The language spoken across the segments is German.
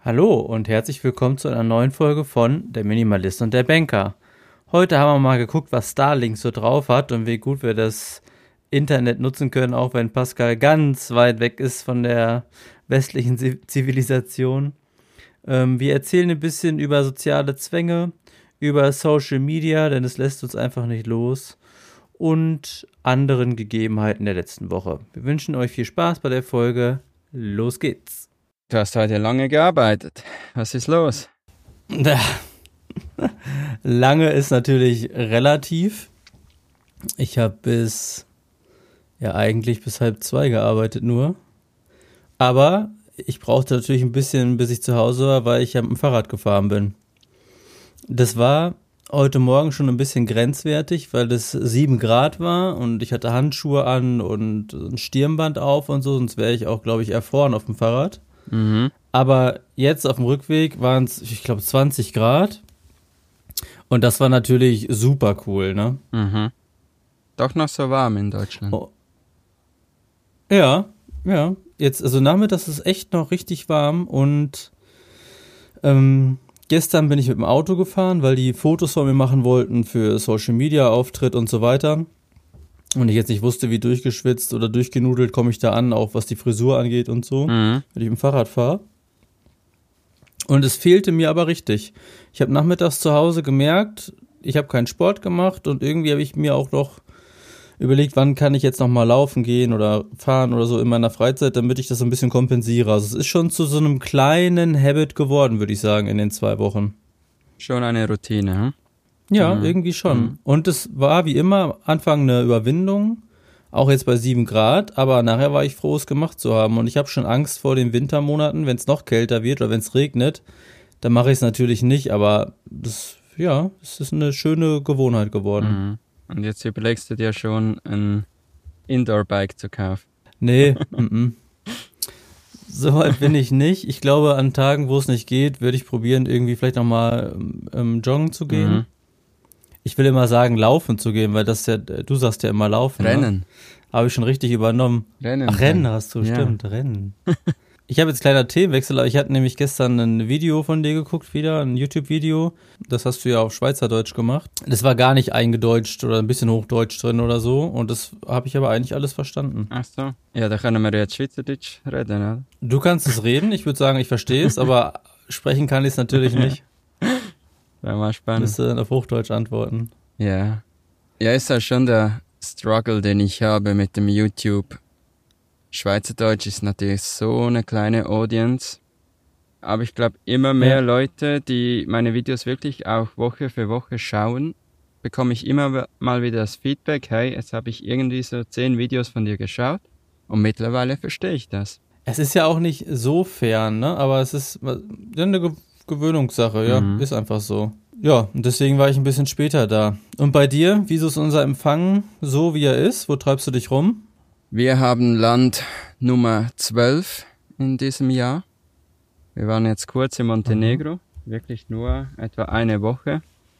Hallo und herzlich willkommen zu einer neuen Folge von Der Minimalist und der Banker. Heute haben wir mal geguckt, was Starlink so drauf hat und wie gut wir das Internet nutzen können, auch wenn Pascal ganz weit weg ist von der westlichen Zivilisation. Wir erzählen ein bisschen über soziale Zwänge, über Social Media, denn es lässt uns einfach nicht los, und anderen Gegebenheiten der letzten Woche. Wir wünschen euch viel Spaß bei der Folge. Los geht's. Du hast heute lange gearbeitet. Was ist los? Lange ist natürlich relativ. Ich habe eigentlich bis 1:30 gearbeitet nur. Aber ich brauchte natürlich ein bisschen, bis ich zu Hause war, weil ich ja mit dem Fahrrad gefahren bin. Das war heute Morgen schon ein bisschen grenzwertig, weil es 7 Grad war und ich hatte Handschuhe an und ein Stirnband auf und so, sonst wäre ich auch, glaube ich, erfroren auf dem Fahrrad. Mhm. Aber jetzt auf dem Rückweg waren es, ich glaube, 20 Grad. Und das war natürlich super cool, ne? Mhm. Doch noch so warm in Deutschland. Oh. Ja. Jetzt, also nachmittags ist es echt noch richtig warm und gestern bin ich mit dem Auto gefahren, weil die Fotos von mir machen wollten für Social Media Auftritt und so weiter. Und ich jetzt nicht wusste, wie durchgeschwitzt oder durchgenudelt komme ich da an, auch was die Frisur angeht und so, wenn ich mit dem Fahrrad fahre. Und es fehlte mir aber richtig. Ich habe nachmittags zu Hause gemerkt, ich habe keinen Sport gemacht und irgendwie habe ich mir auch noch überlegt, wann kann ich jetzt noch mal laufen gehen oder fahren oder so in meiner Freizeit, damit ich das so ein bisschen kompensiere. Also es ist schon zu so einem kleinen Habit geworden, würde ich sagen, in den 2 Wochen. Schon eine Routine, hm? Ja, irgendwie schon. Und es war wie immer am Anfang eine Überwindung, auch jetzt bei 7 Grad, aber nachher war ich froh, es gemacht zu haben. Und ich habe schon Angst vor den Wintermonaten, wenn es noch kälter wird oder wenn es regnet, dann mache ich es natürlich nicht, aber es ist eine schöne Gewohnheit geworden. Mhm. Und jetzt überlegst du dir schon, ein Indoor-Bike zu kaufen. Nee, so weit bin ich nicht. Ich glaube, an Tagen, wo es nicht geht, würde ich probieren, irgendwie vielleicht nochmal joggen zu gehen. Mhm. Ich will immer sagen, laufen zu gehen, weil das ja, du sagst ja immer laufen. Rennen. Ne? Habe ich schon richtig übernommen. Rennen. Ach, Rennen hast du, Ja. stimmt, Rennen. Ich habe jetzt kleiner Themenwechsel, aber ich hatte nämlich gestern ein Video von dir geguckt, wieder, ein YouTube-Video. Das hast du ja auf Schweizerdeutsch gemacht. Das war gar nicht eingedeutscht oder ein bisschen Hochdeutsch drin oder so. Und das habe ich aber eigentlich alles verstanden. Ach so. Ja, da können wir jetzt Schweizerdeutsch reden, oder? Du kannst es reden, ich würde sagen, ich verstehe es, aber sprechen kann ich es natürlich nicht. Wäre mal spannend. Müsste dann auf Hochdeutsch antworten. Ja. Ja, ist ja schon der Struggle, den ich habe mit dem YouTube. Schweizerdeutsch ist natürlich so eine kleine Audience. Aber ich glaube, immer mehr Leute, die meine Videos wirklich auch Woche für Woche schauen, bekomme ich immer mal wieder das Feedback, hey, jetzt habe ich irgendwie so 10 Videos von dir geschaut und mittlerweile verstehe ich das. Es ist ja auch nicht so fern, ne? Aber es ist eine Gewöhnungssache, ja. Ist einfach so. Ja, und deswegen war ich ein bisschen später da. Und bei dir, wieso ist unser Empfang so, wie er ist? Wo treibst du dich rum? Wir haben Land Nummer 12 in diesem Jahr. Wir waren jetzt kurz in Montenegro, wirklich nur etwa eine Woche.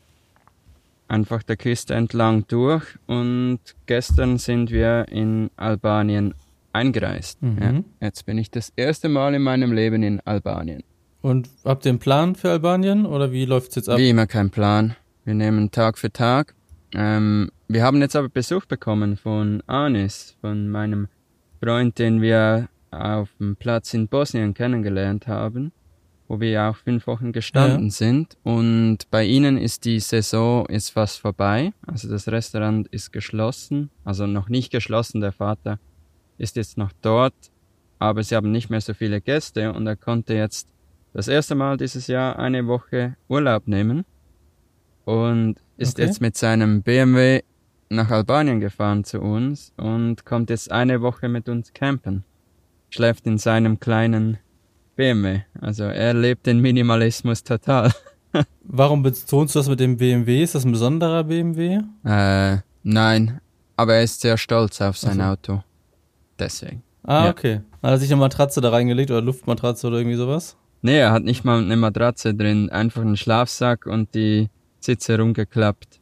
Einfach der Küste entlang durch und gestern sind wir in Albanien eingereist. Ja, jetzt bin ich das erste Mal in meinem Leben in Albanien. Und habt ihr einen Plan für Albanien oder wie läuft's jetzt ab? Wie immer kein Plan. Wir nehmen Tag für Tag. Wir haben jetzt aber Besuch bekommen von Anis, von meinem Freund, den wir auf dem Platz in Bosnien kennengelernt haben, wo wir auch 5 Wochen gestanden sind. Und bei ihnen ist die Saison jetzt fast vorbei. Also das Restaurant ist geschlossen, also noch nicht geschlossen. Der Vater ist jetzt noch dort, aber sie haben nicht mehr so viele Gäste und er konnte jetzt das erste Mal dieses Jahr eine Woche Urlaub nehmen und ist jetzt mit seinem BMW nach Albanien gefahren zu uns und kommt jetzt eine Woche mit uns campen. Schläft in seinem kleinen BMW. Also er lebt den Minimalismus total. Warum betonst du das mit dem BMW? Ist das ein besonderer BMW? Nein, aber er ist sehr stolz auf sein Auto. Deswegen. Ah, okay. Hat er sich eine Matratze da reingelegt oder Luftmatratze oder irgendwie sowas? Nee, er hat nicht mal eine Matratze drin, einfach einen Schlafsack und die Sitze rumgeklappt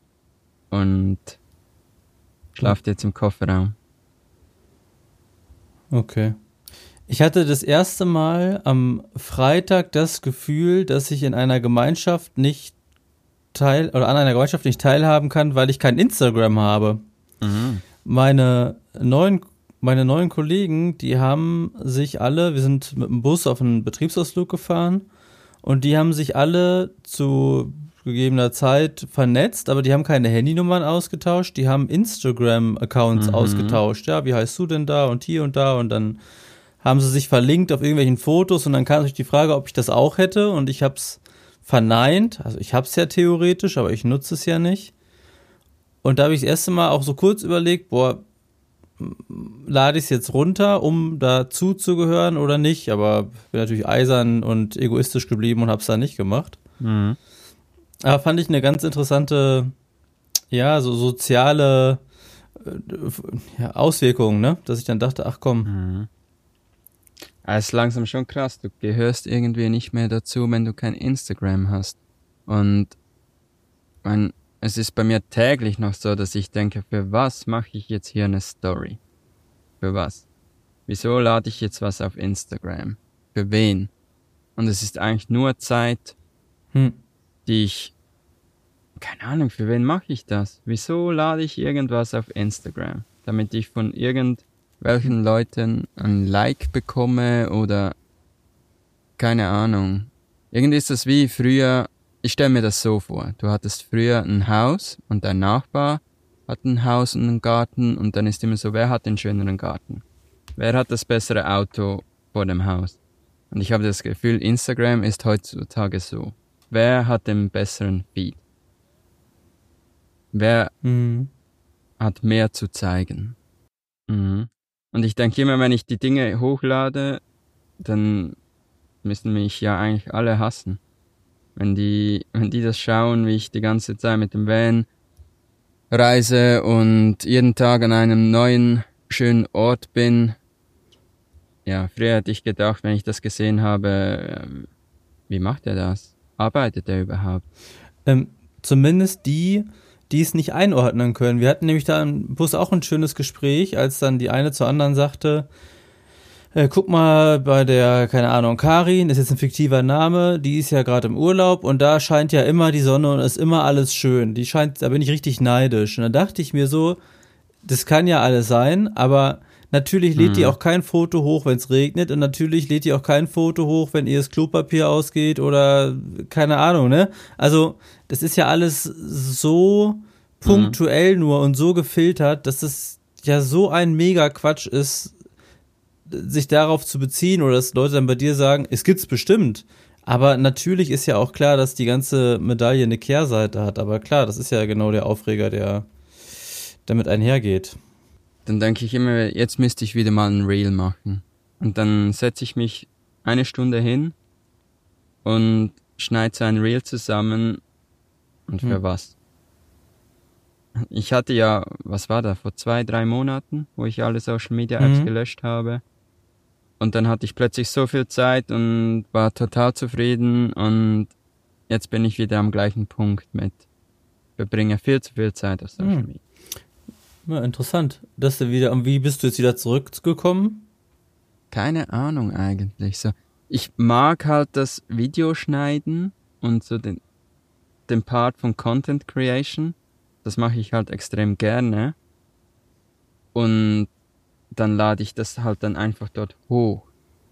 und schlaft jetzt im Kofferraum. Okay. Ich hatte das erste Mal am Freitag das Gefühl, dass ich in einer Gemeinschaft nicht an einer Gemeinschaft nicht teilhaben kann, weil ich kein Instagram habe. Mhm. Meine neuen Kollegen, die haben sich alle, wir sind mit dem Bus auf einen Betriebsausflug gefahren und die haben sich alle zu gegebener Zeit vernetzt, aber die haben keine Handynummern ausgetauscht, die haben Instagram-Accounts ausgetauscht. Ja, wie heißt du denn da und hier und da, und dann haben sie sich verlinkt auf irgendwelchen Fotos und dann kam natürlich die Frage, ob ich das auch hätte, und ich hab's verneint. Also ich hab's ja theoretisch, aber ich nutze es ja nicht. Und da habe ich das erste Mal auch so kurz überlegt, lade ich es jetzt runter, um dazu zu gehören oder nicht, aber bin natürlich eisern und egoistisch geblieben und hab's dann nicht gemacht. Mhm. Aber fand ich eine ganz interessante, ja, so soziale Auswirkung, ne? Dass ich dann dachte, ach komm. Mhm. Es ist langsam schon krass, du gehörst irgendwie nicht mehr dazu, wenn du kein Instagram hast. Und es ist bei mir täglich noch so, dass ich denke, für was mache ich jetzt hier eine Story? Für was? Wieso lade ich jetzt was auf Instagram? Für wen? Und es ist eigentlich nur Zeit, die ich... Keine Ahnung, für wen mache ich das? Wieso lade ich irgendwas auf Instagram? Damit ich von irgendwelchen Leuten ein Like bekomme oder... Keine Ahnung. Irgendwie ist das wie früher... Ich stelle mir das so vor. Du hattest früher ein Haus und dein Nachbar hat ein Haus und einen Garten, und dann ist immer so, wer hat den schöneren Garten? Wer hat das bessere Auto vor dem Haus? Und ich habe das Gefühl, Instagram ist heutzutage so. Wer hat den besseren Feed? Wer hat mehr zu zeigen? Mhm. Und ich denke immer, wenn ich die Dinge hochlade, dann müssen mich ja eigentlich alle hassen. Wenn die das schauen, wie ich die ganze Zeit mit dem Van reise und jeden Tag an einem neuen, schönen Ort bin. Ja, früher hätte ich gedacht, wenn ich das gesehen habe, wie macht er das? Arbeitet er überhaupt? Zumindest die es nicht einordnen können. Wir hatten nämlich da im Bus auch ein schönes Gespräch, als dann die eine zur anderen sagte, guck mal, bei der, keine Ahnung, Karin, ist jetzt ein fiktiver Name, die ist ja gerade im Urlaub und da scheint ja immer die Sonne und ist immer alles schön. Da bin ich richtig neidisch. Und dann dachte ich mir so, das kann ja alles sein, aber natürlich lädt die auch kein Foto hoch, wenn es regnet, und natürlich lädt die auch kein Foto hoch, wenn ihr das Klopapier ausgeht oder keine Ahnung, ne? Also, das ist ja alles so punktuell nur und so gefiltert, dass es ja so ein mega Quatsch ist, sich darauf zu beziehen, oder dass Leute dann bei dir sagen, es gibt's bestimmt. Aber natürlich ist ja auch klar, dass die ganze Medaille eine Kehrseite hat. Aber klar, das ist ja genau der Aufreger, der damit einhergeht. Dann denke ich immer, jetzt müsste ich wieder mal ein Reel machen. Und dann setze ich mich 1 Stunde hin und schneide so ein Reel zusammen. Und für was? Ich hatte ja, was war da, vor 2-3 Monaten, wo ich alle Social Media Apps gelöscht habe. Und dann hatte ich plötzlich so viel Zeit und war total zufrieden, und jetzt bin ich wieder am gleichen Punkt mit, verbringe viel zu viel Zeit auf Social Media. Ja, interessant. Und wie bist du jetzt wieder zurückgekommen? Keine Ahnung eigentlich. So, ich mag halt das Videoschneiden und so den Part von Content Creation. Das mache ich halt extrem gerne. Und dann lade ich das halt dann einfach dort hoch.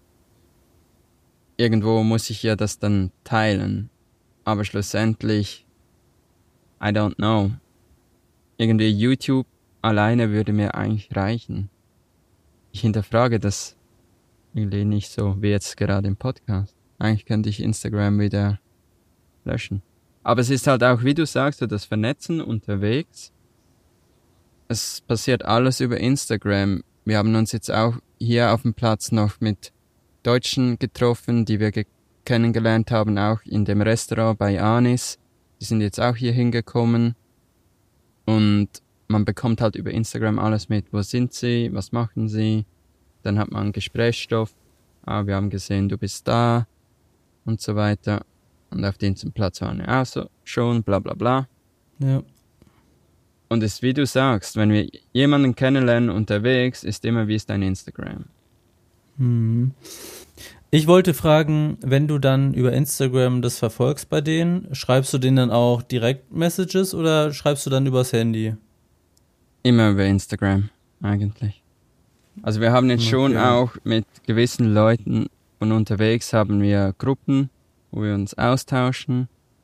Irgendwo muss ich ja das dann teilen. Aber schlussendlich, I don't know. Irgendwie YouTube alleine würde mir eigentlich reichen. Ich hinterfrage das irgendwie nicht so, wie jetzt gerade im Podcast. Eigentlich könnte ich Instagram wieder löschen. Aber es ist halt auch, wie du sagst, so das Vernetzen unterwegs. Es passiert alles über Instagram. Wir haben uns jetzt auch hier auf dem Platz noch mit Deutschen getroffen, die wir kennengelernt haben, auch in dem Restaurant bei Anis. Die sind jetzt auch hier hingekommen. Und man bekommt halt über Instagram alles mit. Wo sind sie? Was machen sie? Dann hat man Gesprächsstoff. Wir haben gesehen, du bist da. Und so weiter. Und auf diesem Platz waren wir auch so schon, bla bla bla. Ja. Und es, wie du sagst, wenn wir jemanden kennenlernen unterwegs, ist immer, wie ist dein Instagram? Hm. Ich wollte fragen, wenn du dann über Instagram das verfolgst bei denen, schreibst du denen dann auch direkt Messages oder schreibst du dann übers Handy? Immer über Instagram, eigentlich. Also wir haben jetzt schon auch mit gewissen Leuten von unterwegs, haben wir Gruppen, wo wir uns austauschen.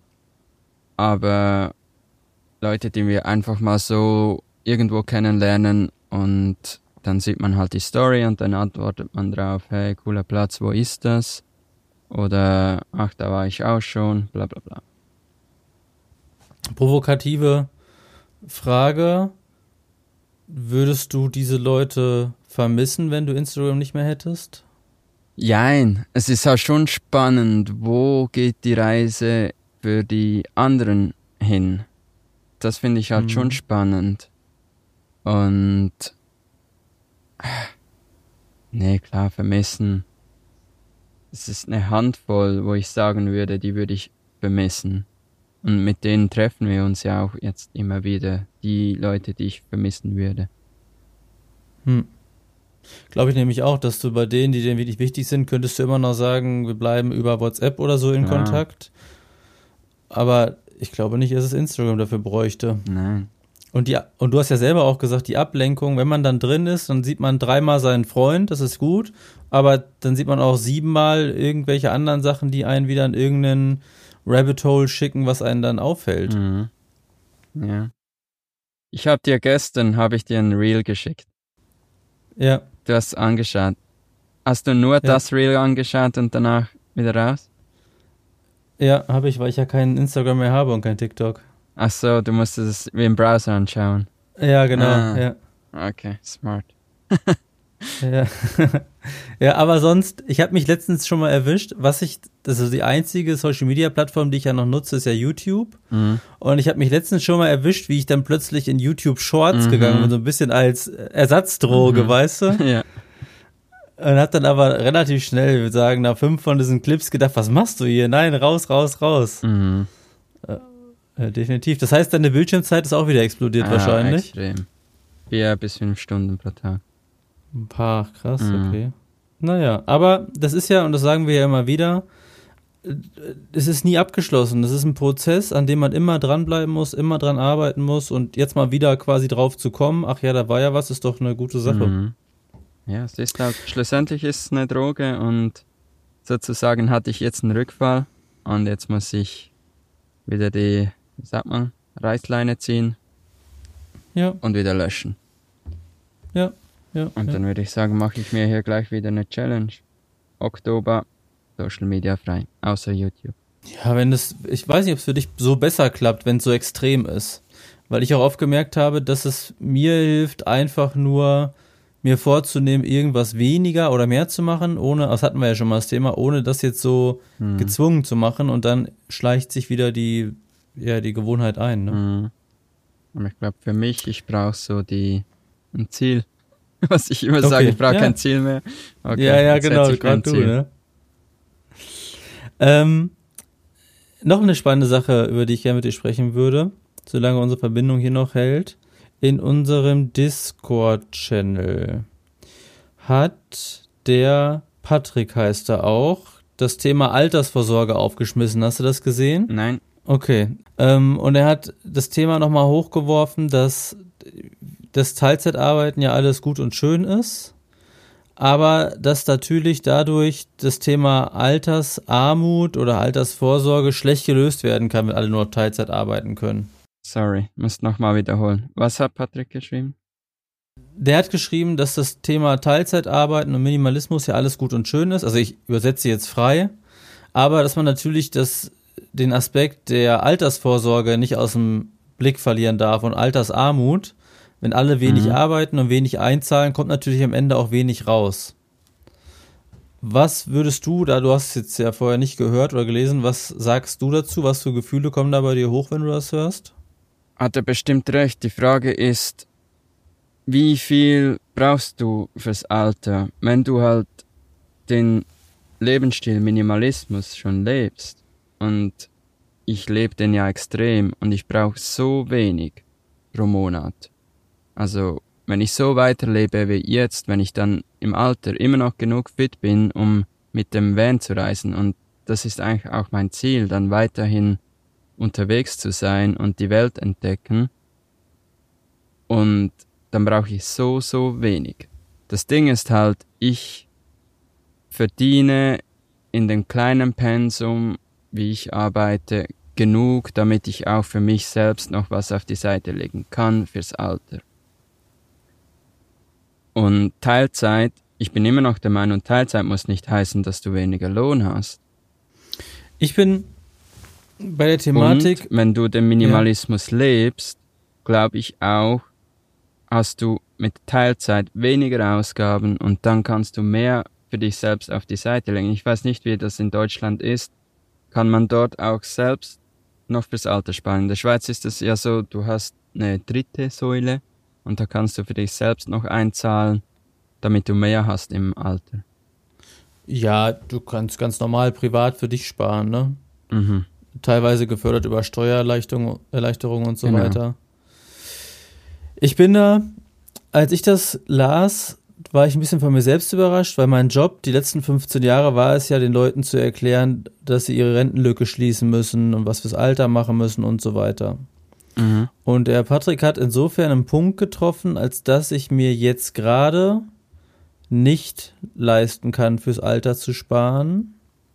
Aber Leute, die wir einfach mal so irgendwo kennenlernen und dann sieht man halt die Story und dann antwortet man drauf, hey, cooler Platz, wo ist das? Oder, ach, da war ich auch schon, bla bla bla. Provokative Frage. Würdest du diese Leute vermissen, wenn du Instagram nicht mehr hättest? Jein, es ist auch schon spannend, wo geht die Reise für die anderen hin? Das finde ich halt schon spannend. Und nee, klar, vermissen. Es ist eine Handvoll, wo ich sagen würde, die würde ich vermissen. Und mit denen treffen wir uns ja auch jetzt immer wieder, die Leute, die ich vermissen würde. Glaube ich nämlich auch, dass du bei denen, die dir wirklich wichtig sind, könntest du immer noch sagen, wir bleiben über WhatsApp oder so in Kontakt. Aber ich glaube nicht, dass es Instagram dafür bräuchte. Nein. Und du hast ja selber auch gesagt, die Ablenkung, wenn man dann drin ist, dann sieht man 3-mal seinen Freund, das ist gut, aber dann sieht man auch 7-mal irgendwelche anderen Sachen, die einen wieder in irgendeinen Rabbit Hole schicken, was einen dann auffällt. Mhm. Ja. Ich habe dir gestern ein Reel geschickt. Ja. Du hast es angeschaut. Hast du nur das Reel angeschaut und danach wieder raus? Ja, habe ich, weil ich ja kein Instagram mehr habe und kein TikTok. Ach so, du musst es wie im Browser anschauen. Ja, genau, ja. Okay, smart. Ja. Ja, aber sonst, ich habe mich letztens schon mal erwischt, das ist die einzige Social-Media-Plattform, die ich ja noch nutze, ist ja YouTube. Und ich habe mich letztens schon mal erwischt, wie ich dann plötzlich in YouTube Shorts gegangen bin, so ein bisschen als Ersatzdroge, weißt du? Ja. Und hab dann aber relativ schnell, ich würde sagen, nach 5 von diesen Clips gedacht, was machst du hier? Nein, raus, raus, raus. Definitiv. Das heißt, deine Bildschirmzeit ist auch wieder explodiert wahrscheinlich. Extrem. 4 bis 5 Stunden pro Tag. Ein paar, krass, okay. Naja, aber das ist ja, und das sagen wir ja immer wieder, es ist nie abgeschlossen. Es ist ein Prozess, an dem man immer dranbleiben muss, immer dran arbeiten muss und jetzt mal wieder quasi drauf zu kommen, ach ja, da war ja was, ist doch eine gute Sache. Ja, es ist halt, schlussendlich ist es eine Droge und sozusagen hatte ich jetzt einen Rückfall und jetzt muss ich wieder die, wie sagt man, Reißleine ziehen und wieder löschen. Ja. Und dann würde ich sagen, mache ich mir hier gleich wieder eine Challenge. Oktober, Social Media frei, außer YouTube. Ja, ich weiß nicht, ob es für dich so besser klappt, wenn es so extrem ist. Weil ich auch oft gemerkt habe, dass es mir hilft, einfach nur mir vorzunehmen, irgendwas weniger oder mehr zu machen, das hatten wir ja schon mal das Thema, ohne das jetzt so gezwungen zu machen und dann schleicht sich wieder die Gewohnheit ein. Ne? Und ich glaube, für mich, ich brauche so ein Ziel. Was ich immer sage, ich brauche kein Ziel mehr. Okay, ja, genau, gerade du, ne? Noch eine spannende Sache, über die ich gerne mit dir sprechen würde, solange unsere Verbindung hier noch hält. In unserem Discord-Channel hat der Patrick, heißt er auch, das Thema Altersvorsorge aufgeschmissen. Hast du das gesehen? Nein. Okay. Und er hat das Thema nochmal hochgeworfen, dass das Teilzeitarbeiten ja alles gut und schön ist, aber dass natürlich dadurch das Thema Altersarmut oder Altersvorsorge schlecht gelöst werden kann, wenn alle nur Teilzeit arbeiten können. Sorry, musst nochmal wiederholen. Was hat Patrick geschrieben? Der hat geschrieben, dass das Thema Teilzeitarbeiten und Minimalismus ja alles gut und schön ist. Also ich übersetze jetzt frei, aber dass man natürlich den Aspekt der Altersvorsorge nicht aus dem Blick verlieren darf und Altersarmut. Wenn alle wenig arbeiten und wenig einzahlen, kommt natürlich am Ende auch wenig raus. Was würdest du, du hast es jetzt ja vorher nicht gehört oder gelesen, was sagst du dazu? Was für Gefühle kommen da bei dir hoch, wenn du das hörst? Hat er bestimmt recht. Die Frage ist, wie viel brauchst du fürs Alter? Wenn du halt den Lebensstil Minimalismus schon lebst und ich lebe den ja extrem und ich brauche so wenig pro Monat. Also wenn ich so weiterlebe wie jetzt, wenn ich dann im Alter immer noch genug fit bin, um mit dem Van zu reisen, und das ist eigentlich auch mein Ziel, dann weiterhin unterwegs zu sein und die Welt entdecken, und dann brauche ich so wenig. Das Ding ist halt, ich verdiene in dem kleinen Pensum, wie ich arbeite, genug, damit ich auch für mich selbst noch was auf die Seite legen kann fürs Alter. Und Teilzeit, ich bin immer noch der Meinung, Teilzeit muss nicht heißen, dass du weniger Lohn hast. Ich bin bei der Thematik... Und wenn du den Minimalismus lebst, glaube ich auch, hast du mit Teilzeit weniger Ausgaben und dann kannst du mehr für dich selbst auf die Seite legen. Ich weiß nicht, wie das in Deutschland ist. Kann man dort auch selbst noch fürs Alter sparen? In der Schweiz ist es ja so, du hast eine dritte Säule und da kannst du für dich selbst noch einzahlen, damit du mehr hast im Alter. Ja, du kannst ganz normal privat für dich sparen, ne? Mhm. Teilweise gefördert über Steuererleichterung und so Genau. weiter. Ich bin da, als ich das las, war ich ein bisschen von mir selbst überrascht, weil mein Job die letzten 15 Jahre war es ja, den Leuten zu erklären, dass sie ihre Rentenlücke schließen müssen und was fürs Alter machen müssen und so weiter. Mhm. Und der Patrick hat insofern einen Punkt getroffen, als dass ich mir jetzt gerade nicht leisten kann, fürs Alter zu sparen.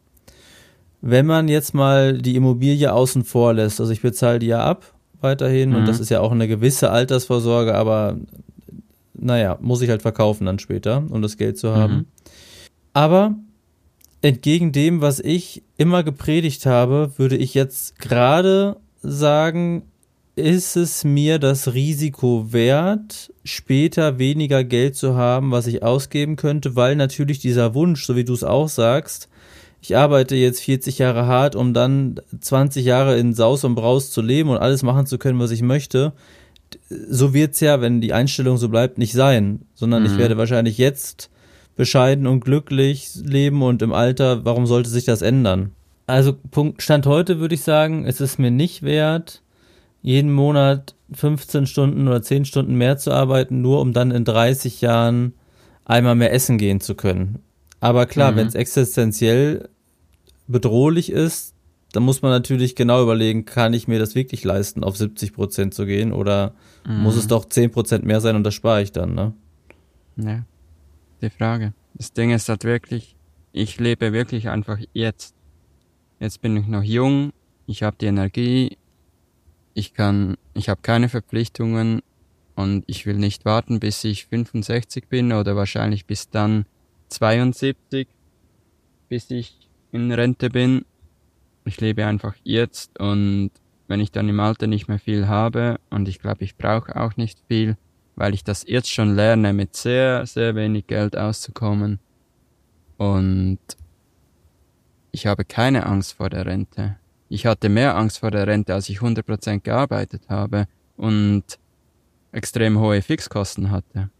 Wenn man jetzt mal die Immobilie außen vor lässt, also ich bezahle die ja ab weiterhin und das ist ja auch eine gewisse Altersvorsorge, aber naja, muss ich halt verkaufen dann später, um das Geld zu haben. Aber entgegen dem, was ich immer gepredigt habe, würde ich jetzt gerade sagen, ist es mir das Risiko wert, später weniger Geld zu haben, was ich ausgeben könnte, weil natürlich dieser Wunsch, so wie du es auch sagst, ich arbeite jetzt 40 Jahre hart, um dann 20 Jahre in Saus und Braus zu leben und alles machen zu können, was ich möchte. So wird's ja, wenn die Einstellung so bleibt, nicht sein, sondern ich werde wahrscheinlich jetzt bescheiden und glücklich leben und im Alter, warum sollte sich das ändern? Also Stand heute würde ich sagen, es ist mir nicht wert, jeden Monat 15 Stunden oder 10 Stunden mehr zu arbeiten, nur um dann in 30 Jahren einmal mehr essen gehen zu können. Aber klar, wenn es existenziell bedrohlich ist, dann muss man natürlich genau überlegen, kann ich mir das wirklich leisten, auf 70% zu gehen oder muss es doch 10% mehr sein und das spare ich dann, ne? Ja, die Frage. Das Ding ist halt wirklich, ich lebe wirklich einfach jetzt. Jetzt bin ich noch jung, ich habe die Energie, ich habe keine Verpflichtungen und ich will nicht warten, bis ich 65 bin oder wahrscheinlich bis dann 72, bis ich in Rente bin. Ich lebe einfach jetzt und wenn ich dann im Alter nicht mehr viel habe, und ich glaube, ich brauche auch nicht viel, weil ich das jetzt schon lerne, mit sehr wenig Geld auszukommen. Und ich habe keine Angst vor der Rente. Ich hatte mehr Angst vor der Rente, als ich 100% gearbeitet habe und extrem hohe Fixkosten hatte.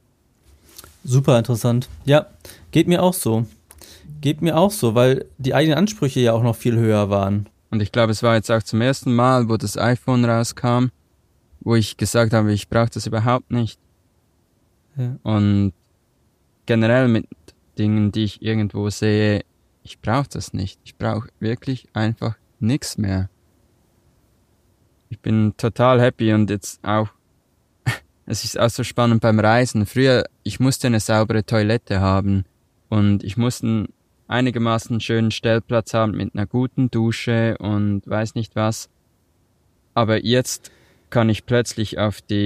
Super interessant. Ja, geht mir auch so. Weil die eigenen Ansprüche ja auch noch viel höher waren. Und ich glaube, es war jetzt auch zum ersten Mal, wo das iPhone rauskam, wo ich gesagt habe, ich brauche das überhaupt nicht. Ja. Und generell mit Dingen, die ich irgendwo sehe, ich brauche das nicht. Ich brauche wirklich einfach nichts mehr. Ich bin total happy und jetzt auch, es ist auch so spannend beim Reisen. Früher, ich musste eine saubere Toilette haben und ich musste einen einigermaßen schönen Stellplatz haben mit einer guten Dusche und weiß nicht was. Aber jetzt kann ich plötzlich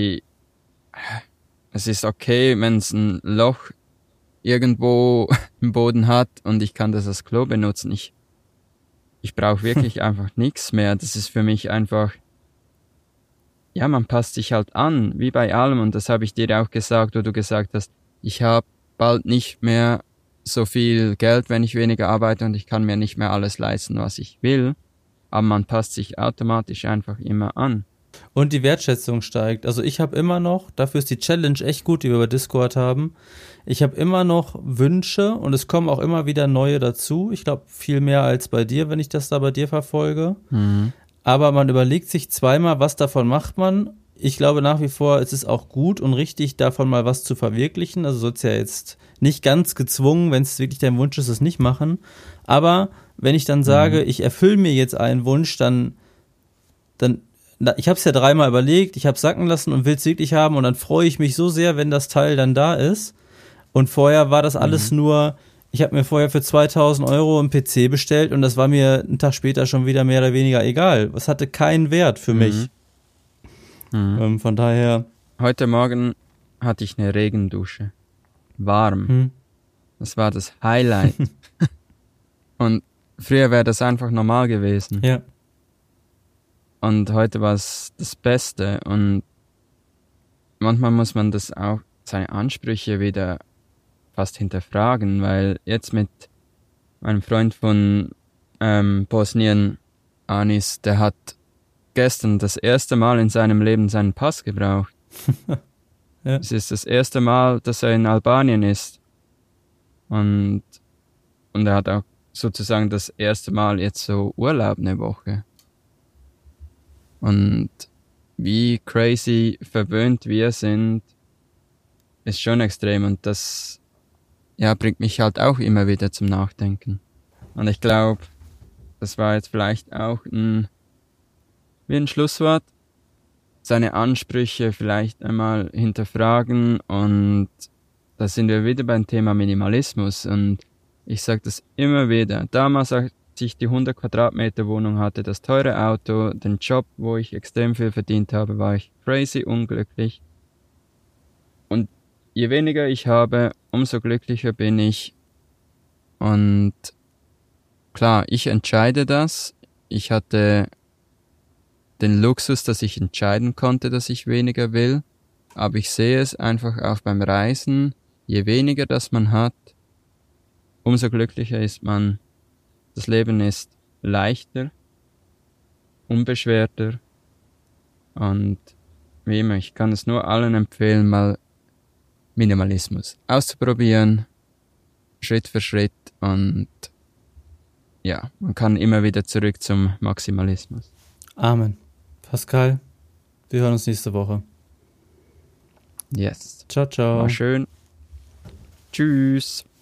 es ist okay, wenn es ein Loch irgendwo im Boden hat und ich kann das als Klo benutzen. Ich brauche wirklich einfach nichts mehr. Das ist für mich einfach, ja, man passt sich halt an, wie bei allem. Und das habe ich dir auch gesagt, wo du gesagt hast, ich habe bald nicht mehr so viel Geld, wenn ich weniger arbeite und ich kann mir nicht mehr alles leisten, was ich will. Aber man passt sich automatisch einfach immer an. Und die Wertschätzung steigt. Also ich habe immer noch, dafür ist die Challenge echt gut, die wir bei Discord haben, ich habe immer noch Wünsche und es kommen auch immer wieder neue dazu. Ich glaube, viel mehr als bei dir, wenn ich das da bei dir verfolge. Aber man überlegt sich zweimal, was davon macht man ich glaube nach wie vor, es ist auch gut und richtig, davon mal was zu verwirklichen. Also sollst ja jetzt nicht ganz gezwungen, wenn es wirklich dein Wunsch ist, es nicht machen. Aber wenn ich dann sage, ich erfülle mir jetzt einen Wunsch, dann ich habe es ja 3-mal überlegt, ich habe es sacken lassen und will es wirklich haben und dann freue ich mich so sehr, wenn das Teil dann da ist. Und vorher war das alles nur, ich habe mir vorher für 2.000 Euro einen PC bestellt und das war mir einen Tag später schon wieder mehr oder weniger egal. Es hatte keinen Wert für mich. Von daher. Heute Morgen hatte ich eine Regendusche. Warm. Das war das Highlight. Und früher wäre das einfach normal gewesen. Ja. Und heute war es das Beste. Und manchmal muss man das auch, seine Ansprüche wieder fast hinterfragen, weil jetzt mit meinem Freund von Bosnien, Anis, der hat gestern das erste Mal in seinem Leben seinen Pass gebraucht. Ja. Es ist das erste Mal, dass er in Albanien ist. Und er hat auch sozusagen das erste Mal jetzt so Urlaub eine Woche. Und wie crazy verwöhnt wir sind, ist schon extrem. Und das bringt mich halt auch immer wieder zum Nachdenken. Und ich glaube, das war jetzt vielleicht auch wie ein Schlusswort. Seine Ansprüche vielleicht einmal hinterfragen, und da sind wir wieder beim Thema Minimalismus. Und ich sage das immer wieder. Damals, als ich die 100 Quadratmeter Wohnung hatte, das teure Auto, den Job, wo ich extrem viel verdient habe, war ich crazy unglücklich. Und je weniger ich habe, umso glücklicher bin ich. Und klar, ich entscheide das. Ich hatte den Luxus, dass ich entscheiden konnte, dass ich weniger will. Aber ich sehe es einfach auch beim Reisen. Je weniger das man hat, umso glücklicher ist man. Das Leben ist leichter, unbeschwerter. Und wie immer, ich kann es nur allen empfehlen, mal Minimalismus auszuprobieren. Schritt für Schritt. Und ja, man kann immer wieder zurück zum Maximalismus. Amen. Pascal, wir hören uns nächste Woche. Yes. Ciao, ciao. War schön. Tschüss.